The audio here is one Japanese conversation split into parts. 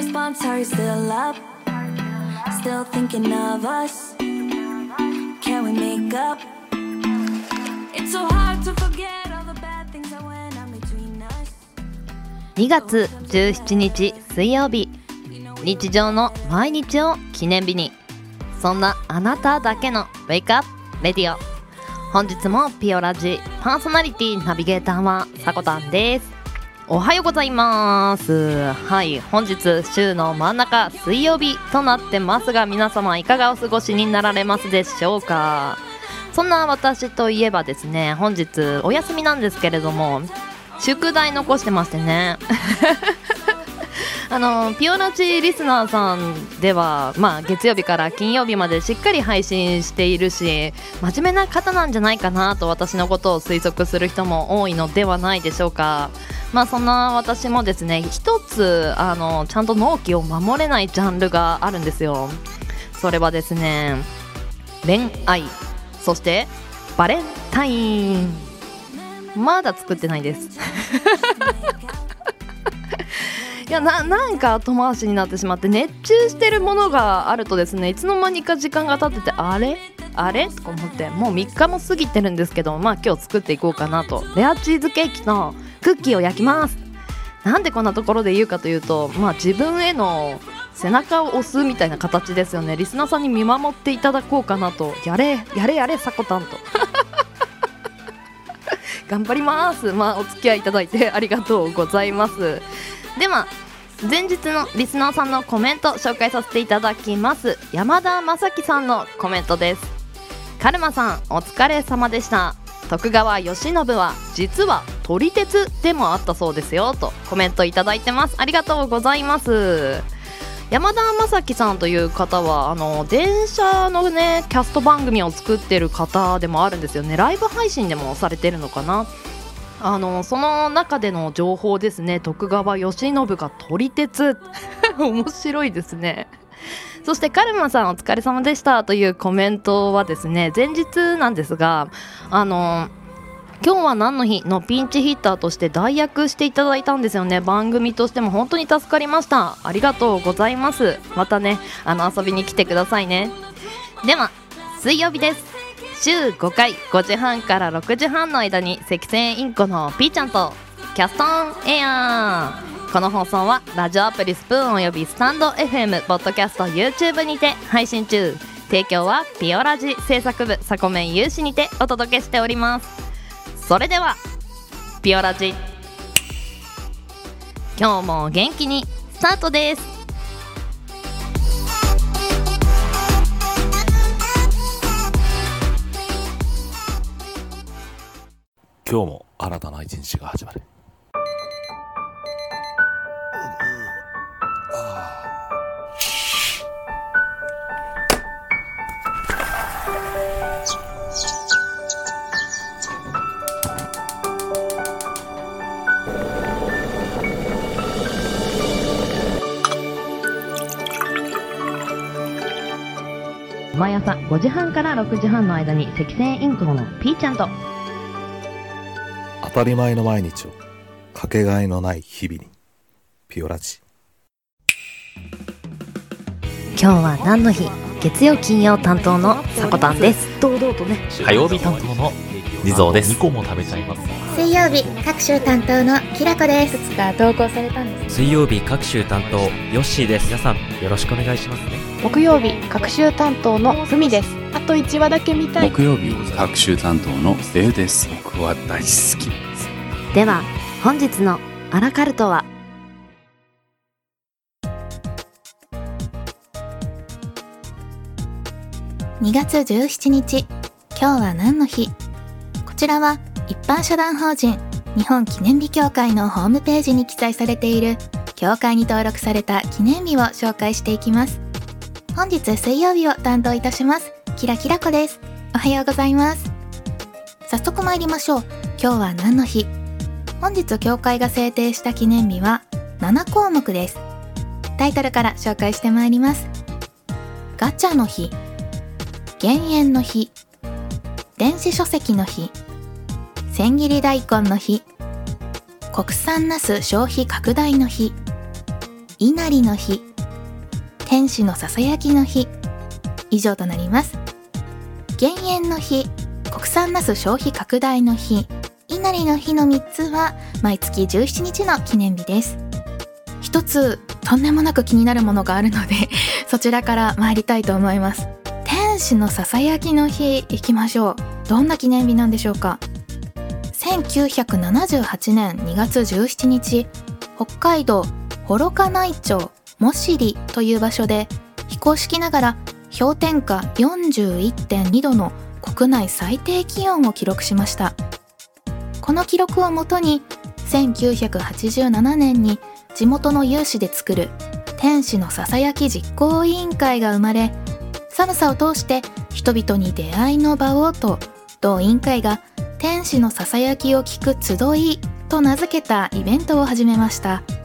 response, are you still up? Still thinking of us? Can we make up? It's so hard to forget all the bad things that went on between us. 2月17日水曜日、日常の毎日を記念日に、そんなあなただけのウェイクアップレディオ。本日もピオラジパーソナリティナビゲーターはさこたんです。おはようございます。はい、本日週の真ん中水曜日となってますが、皆様いかがお過ごしになられますでしょうか。そんな私といえばですね、本日お休みなんですけれども、宿題残してましてねピオラジリスナーさんでは、月曜日から金曜日までしっかり配信しているし、真面目な方なんじゃないかなと私のことを推測する人も多いのではないでしょうか。そんな私もですね、一つちゃんと納期を守れないジャンルがあるんですよ。それはですね、恋愛、そしてバレンタイン。まだ作ってないですいや、なんか後回しになってしまって、熱中してるものがあるとですね、いつの間にか時間が経ってて、あれとか思って、もう3日も過ぎてるんですけど、今日作っていこうかなと。レアチーズケーキとクッキーを焼きます。なんでこんなところで言うかというと、自分への背中を押すみたいな形ですよね。リスナーさんに見守っていただこうかなと。やれさこたんと頑張ります。お付き合いいただいてありがとうございます。では前日のリスナーさんのコメント紹介させていただきます。山田正樹さんのコメントです。カルマさん、お疲れ様でした。徳川慶喜は実は撮り鉄でもあったそうですよとコメントいただいてます。ありがとうございます。山田正樹さんという方は電車のねキャスト番組を作ってる方でもあるんですよね。ライブ配信でもされてるのかな。その中での情報ですね。徳川慶喜が撮り鉄面白いですね。そしてカルマさん、お疲れ様でしたというコメントはですね、前日なんですが、今日は何の日のピンチヒッターとして代役していただいたんですよね。番組としても本当に助かりました。ありがとうございます。またね遊びに来てくださいね。では水曜日です。週5回5時半から6時半の間に赤線インコのピーちゃんとキャストオンエア。この放送はラジオアプリスプーンおよびスタンド FM、 ポッドキャスト、 YouTube にて配信中。提供はピオラジ制作部サコメン有志にてお届けしております。それではピオラジ、今日も元気にスタートです。 今日も新たな一日が始まる。 毎朝5時半から6時半の間に赤線インコのピーちゃんと当たり前の毎日をかけがえのない日々に。ピオラジ。 今日は何の日？月曜金曜担当のさこたんです。堂々とね。 火曜日担当の地蔵です。2個も食べちゃいます。 水曜日各週担当のきらこです。 いくつか投稿されたんです。 水曜日各週担当ヨッシーです。皆さんよろしくお願いしますね。 木曜日各週担当のふみです。あと1話だけ見たい。 木曜日各週担当のレイです。僕は大好きです。 では本日のアラカルトは 2月17日、今日は何の日。こちらは一般社団法人日本記念日協会のホームページに記載されている協会に登録された記念日を紹介していきます。本日水曜日を担当いたしますキラキラ子です。おはようございます。早速参りましょう。今日は何の日。本日協会が制定した記念日は7項目です。タイトルから紹介してまいります。ガチャの日、減塩の日、電子書籍の日、千切り大根の日、国産ナス消費拡大の日、 稲荷の日、天使のささやきの日、以上となります。減塩の日、国産ナス消費拡大の日、稲荷の日の3つは毎月17日の記念日です。一つとんでもなく気になるものがあるのでそちらから参りたいと思います。天使のささやきの日いきましょう。どんな記念日なんでしょうか。1978年2月17日、北海道幌加内町もしりという場所で非公式ながら氷点下 41.2 度の国内最低気温を記録しました。この記録をもとに1987年に地元の有志で作る天使のささやき実行委員会が生まれ、寒さを通して人々に出会いの場をと同委員会が天使のささやきを聞く集いと名付けたイベントを始めました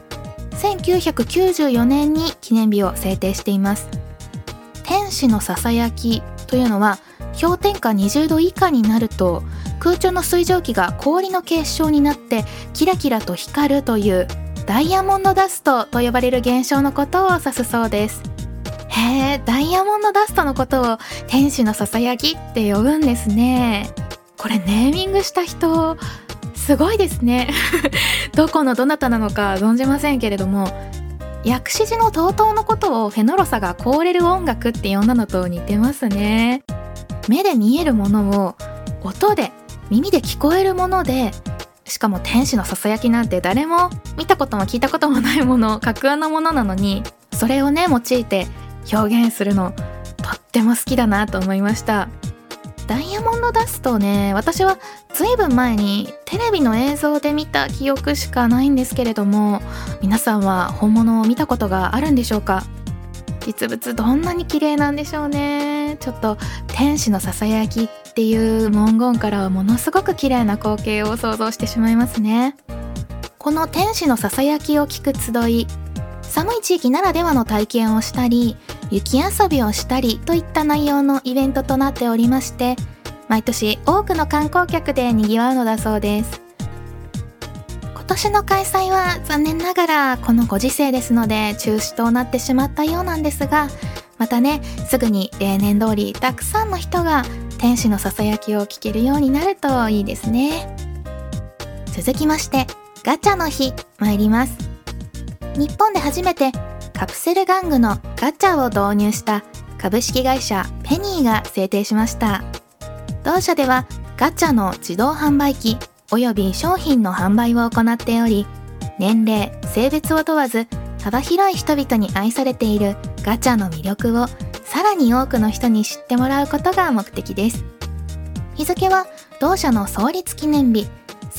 。1994年に記念日を制定しています。天使のささやきというのは氷点下20度以下になると空中の水蒸気が氷の結晶になってキラキラと光るというダイヤモンドダストと呼ばれる現象のことを指すそうです。へー、ダイヤモンドダストのことを天使のささやきって呼ぶんですね。これネーミングした人すごいですねどこのどなたなのか存じませんけれども、薬師寺のTOTOのことをフェノロサが凍れる音楽って呼んだのと似てますね。目で見えるものを音で、耳で聞こえるもので、しかも天使のささやきなんて誰も見たことも聞いたこともないもの、架空のものなのに、それをね用いて表現するのとっても好きだなと思いました。ダイヤモンドダストね、私はずいぶん前にテレビの映像で見た記憶しかないんですけれども、皆さんは本物を見たことがあるんでしょうか。実物どんなに綺麗なんでしょうね。ちょっと天使のささやきっていう文言からはものすごく綺麗な光景を想像してしまいますね。この天使のささやきを聞く集い、寒い地域ならではの体験をしたり、雪遊びをしたりといった内容のイベントとなっておりまして、毎年多くの観光客で賑わうのだそうです。今年の開催は残念ながらこのご時世ですので中止となってしまったようなんですが、またね、すぐに例年通りたくさんの人が天使のささやきを聞けるようになるといいですね。続きましてガチャの日参ります。日本で初めてカプセル玩具のガチャを導入した株式会社ペニーが制定しました。同社ではガチャの自動販売機および商品の販売を行っており、年齢、性別を問わず幅広い人々に愛されているガチャの魅力をさらに多くの人に知ってもらうことが目的です。日付は同社の創立記念日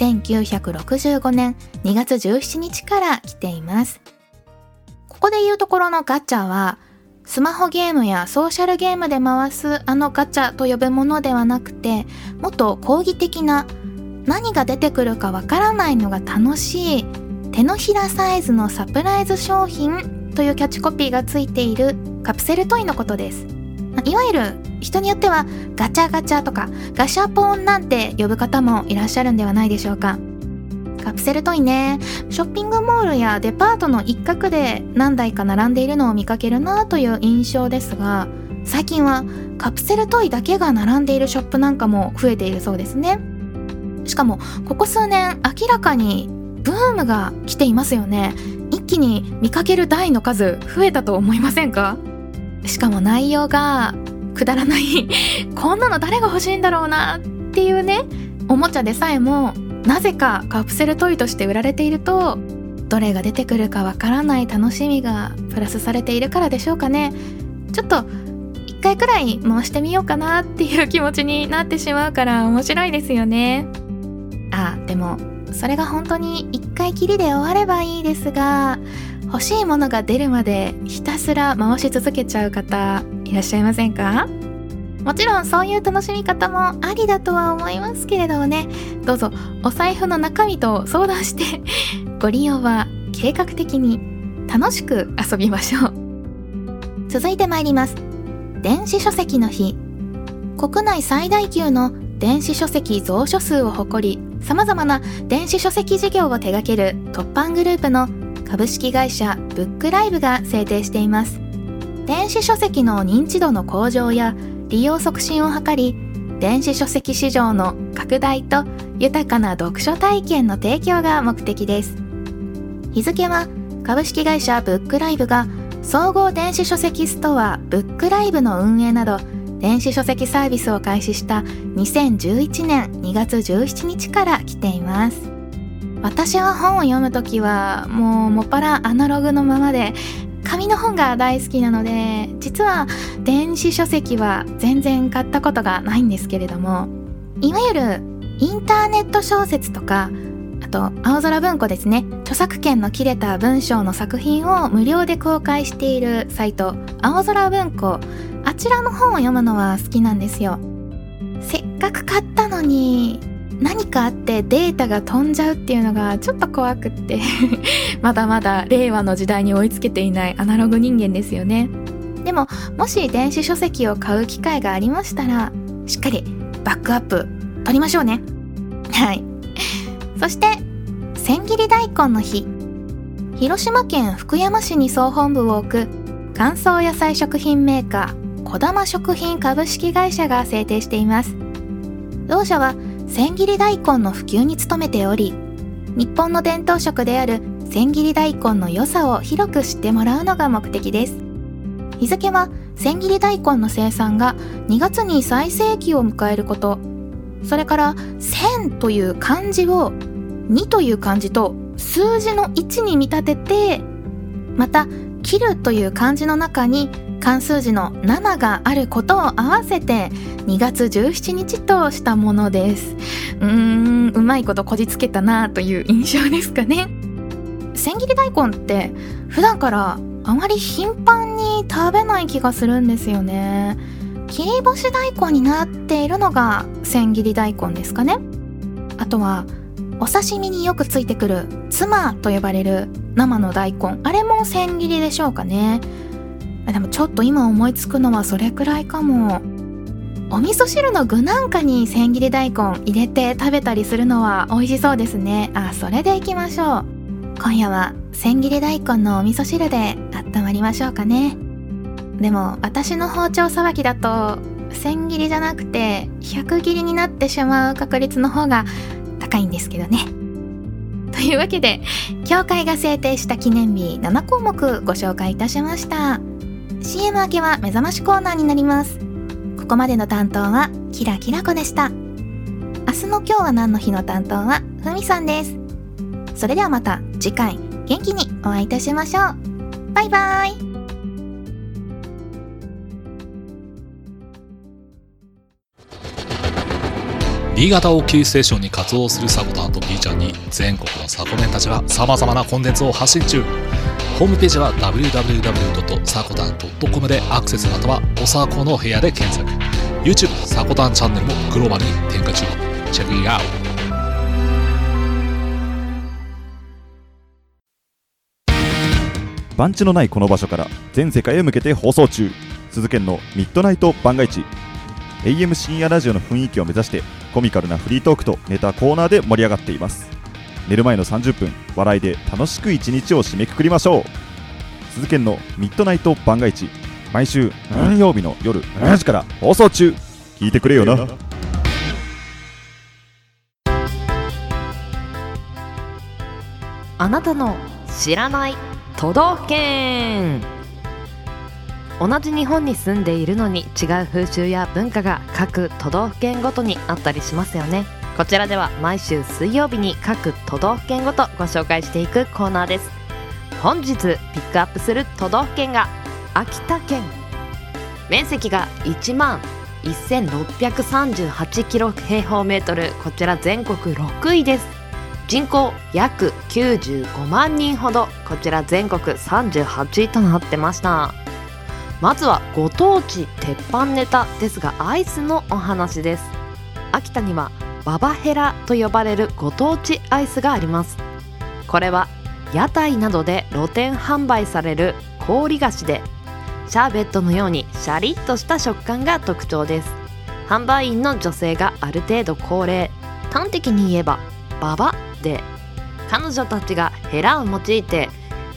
1965年2月17日から来ています。ここでいうところのガチャはスマホゲームやソーシャルゲームで回すあのガチャと呼ぶものではなくて、もっと講義的な、何が出てくるかわからないのが楽しい手のひらサイズのサプライズ商品というキャッチコピーがついているカプセルトイのことです。いわゆる人によってはガチャガチャとかガシャポンなんて呼ぶ方もいらっしゃるんではないでしょうか。カプセルトイね、ショッピングモールやデパートの一角で何台か並んでいるのを見かけるなという印象ですが、最近はカプセルトイだけが並んでいるショップなんかも増えているそうですね。しかもここ数年明らかにブームが来ていますよね。一気に見かける台の数増えたと思いませんか？しかも内容がくだらないこんなの誰が欲しいんだろうなっていうね、おもちゃでさえもなぜかカプセルトイとして売られていると、どれが出てくるかわからない楽しみがプラスされているからでしょうかね。ちょっと一回くらい回してみようかなっていう気持ちになってしまうから面白いですよね。でもそれが本当に一回きりで終わればいいですが、欲しいものが出るまでひたすら回し続けちゃう方いらっしゃいませんか？もちろんそういう楽しみ方もありだとは思いますけれどもね、どうぞお財布の中身と相談してご利用は計画的に楽しく遊びましょう。続いて参ります。電子書籍の日。国内最大級の電子書籍蔵書数を誇り、様々な電子書籍事業を手掛ける突版グループの株式会社ブックライブが制定しています。電子書籍の認知度の向上や利用促進を図り、電子書籍市場の拡大と豊かな読書体験の提供が目的です。日付は株式会社ブックライブが総合電子書籍ストアブックライブの運営など電子書籍サービスを開始した2011年2月17日から来ています。私は本を読むときはもっぱらアナログのままで紙の本が大好きなので、実は電子書籍は全然買ったことがないんですけれども、いわゆるインターネット小説とか、あと青空文庫ですね、著作権の切れた文章の作品を無料で公開しているサイト青空文庫、あちらの本を読むのは好きなんですよ。せっかく買ったのに何かあってデータが飛んじゃうっていうのがちょっと怖くってまだまだ令和の時代に追いつけていないアナログ人間ですよね。でももし電子書籍を買う機会がありましたら、しっかりバックアップ取りましょうね。はい。そして千切り大根の日、広島県福山市に総本部を置く乾燥野菜食品メーカー小玉食品株式会社が制定しています。同社は千切り大根の普及に努めており、日本の伝統食である千切り大根の良さを広く知ってもらうのが目的です。日付は千切り大根の生産が2月に最盛期を迎えること、それから千という漢字を2という漢字と数字の1に見立てて、また切るという漢字の中に漢数字の7があることを合わせて2月17日としたものです。うまいことこじつけたなという印象ですかね。千切り大根って普段からあまり頻繁に食べない気がするんですよね。切り干し大根になっているのが千切り大根ですかね。あとはお刺身によくついてくるツマと呼ばれる生の大根、あれも千切りでしょうかね。でもちょっと今思いつくのはそれくらいかも。お味噌汁の具なんかに千切り大根入れて食べたりするのは美味しそうですね。それでいきましょう。今夜は千切り大根のお味噌汁で温まりましょうかね。でも私の包丁さばきだと千切りじゃなくて100切りになってしまう確率の方が高いんですけどね。というわけで協会が制定した記念日7項目ご紹介いたしました。 CM 明けは目覚ましコーナーになります。ここまでの担当はキラキラ子でした。明日の今日は何の日の担当はふみさんです。それではまた次回元気にお会いいたしましょう。バイバイ。 新潟をキーステーションに活動するサコタンと B ちゃんに全国のサコメンたちは様々なコンテンツを発信中。ホームページは www.sakotan.com でアクセスまたはおさこの部屋で検索。 YouTube サコタンチャンネルもグローバルに展開中。チェックイットアウト。 番地のないこの場所から全世界へ向けて放送中。鈴研のミッドナイト番外地。 AM 深夜ラジオの雰囲気を目指してコミカルなフリートークとネタコーナーで盛り上がっています。寝る前の30分笑いで楽しく一日を締めくくりましょう。鈴研のミッドナイト番外地、毎週何曜日の夜7時から放送中。聞いてくれよな。 あなたの知らない都道府県。同じ日本に住んでいるのに違う風習や文化が各都道府県ごとにあったりしますよね。こちらでは毎週水曜日に各都道府県ごとご紹介していくコーナーです。本日ピックアップする都道府県が秋田県。面積が11,638 キロ平方メートル、こちら全国6位です。人口約95万人ほど、こちら全国38位となってました。まずはご当地鉄板ネタですが、アイスのお話です。秋田にはババヘラと呼ばれるご当地アイスがあります。これは屋台などで露店販売される氷菓子で、シャーベットのようにシャリッとした食感が特徴です。販売員の女性がある程度高齢、端的に言えばババで、彼女たちがヘラを用いて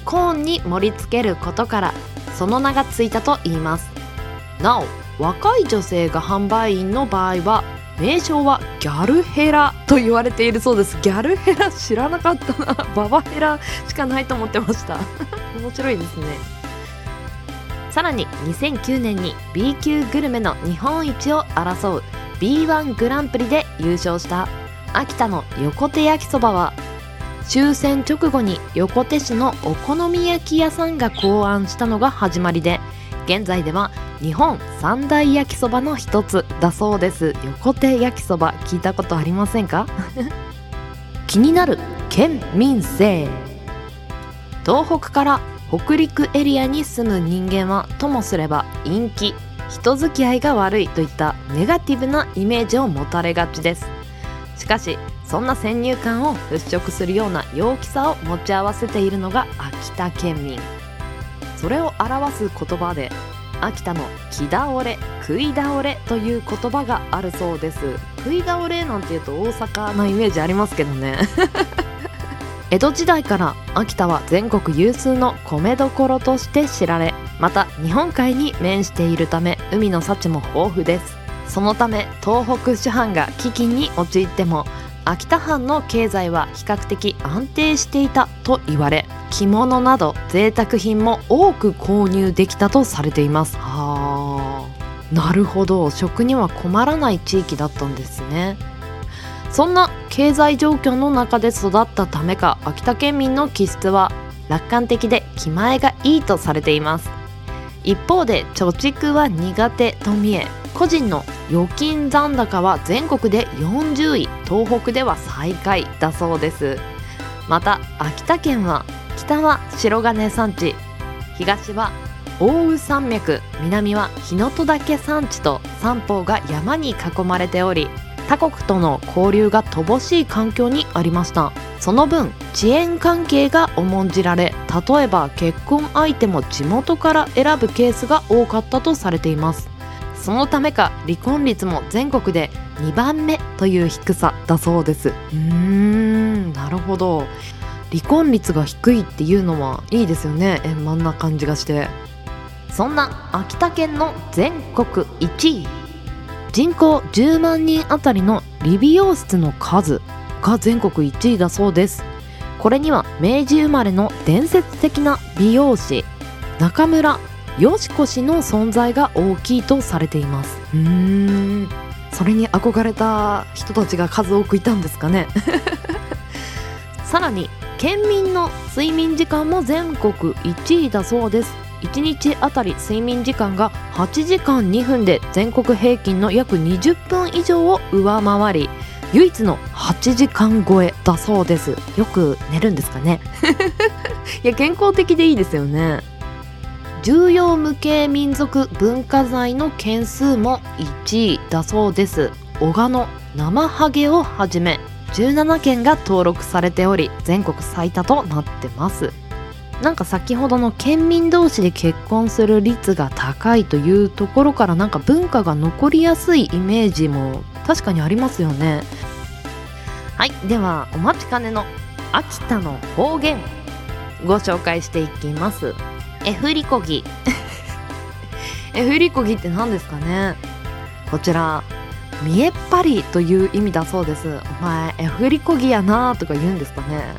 コーンに盛り付けることからその名がついたといいます。なお若い女性が販売員の場合は名称はギャルヘラと言われているそうです。ギャルヘラ知らなかったな。ババヘラしかないと思ってました面白いですね。さらに2009年に B 級グルメの日本一を争う B1 グランプリで優勝した秋田の横手焼きそばは終戦直後に横手市のお好み焼き屋さんが考案したのが始まりで、現在では日本三大焼きそばの一つだそうです。横手焼きそば聞いたことありませんか気になる県民性。東北から北陸エリアに住む人間はともすれば陰気、人付き合いが悪いといったネガティブなイメージを持たれがちです。しかしそんな先入観を払拭するような陽気さを持ち合わせているのが秋田県民。それを表す言葉で秋田の木倒れ、食い倒れという言葉があるそうです。食い倒れなんていうと大阪のイメージありますけどね江戸時代から秋田は全国有数の米どころとして知られ、また日本海に面しているため海の幸も豊富です。そのため東北主藩が飢饉に陥っても秋田藩の経済は比較的安定していたと言われ、着物など贅沢品も多く購入できたとされています。なるほど、食には困らない地域だったんですね。そんな経済状況の中で育ったためか、秋田県民の気質は楽観的で気前がいいとされています。一方で貯蓄は苦手と見え、個人の預金残高は全国で40位、東北では最下位だそうです。また秋田県は北は白金山地、東は奥羽山脈、南は日の戸岳山地と三方が山に囲まれており、他国との交流が乏しい環境にありました。その分遅延関係が重んじられ、例えば結婚相手も地元から選ぶケースが多かったとされています。そのためか離婚率も全国で2番目という低さだそうです。なるほど、離婚率が低いっていうのはいいですよね。円満な感じがして。そんな秋田県の全国1位、人口10万人あたりの理美容室の数が全国1位だそうです。これには明治生まれの伝説的な美容師中村よしこ氏の存在が大きいとされています。それに憧れた人たちが数多くいたんですかねさらに県民の睡眠時間も全国1位だそうです。1日あたり睡眠時間が8時間2分で全国平均の約20分以上を上回り、唯一の8時間超えだそうです。よく寝るんですかねいや健康的でいいですよね。重要無形民族文化財の件数も1位だそうです。男鹿の生ハゲをはじめ17件が登録されており、全国最多となってます。なんか先ほどの県民同士で結婚する率が高いというところから、なんか文化が残りやすいイメージも確かにありますよね。はい、ではお待ちかねの秋田の方言ご紹介していきます。エフリコギエフリコギって何ですかね。こちら見えっ張りという意味だそうです。お前エフリコギやなとか言うんですかね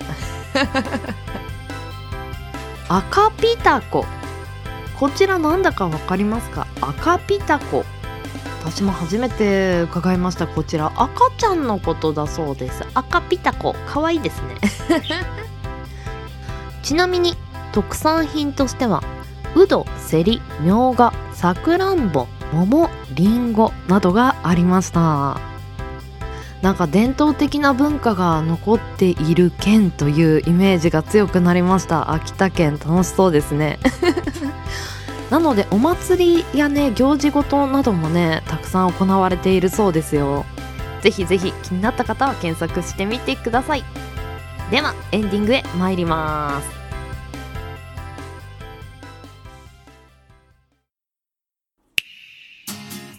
赤ピタコ、こちらなんだかわかりますか。赤ピタコ、私も初めて伺いました。こちら赤ちゃんのことだそうです。赤ピタコ、かわいいですねちなみに特産品としてはうど、せり、みょうが、さくらんぼ、桃、りんごなどがありました。なんか伝統的な文化が残っている県というイメージが強くなりました。秋田県楽しそうですねなのでお祭りやね行事ごとなどもねたくさん行われているそうですよ。ぜひぜひ気になった方は検索してみてください。ではエンディングへ参ります。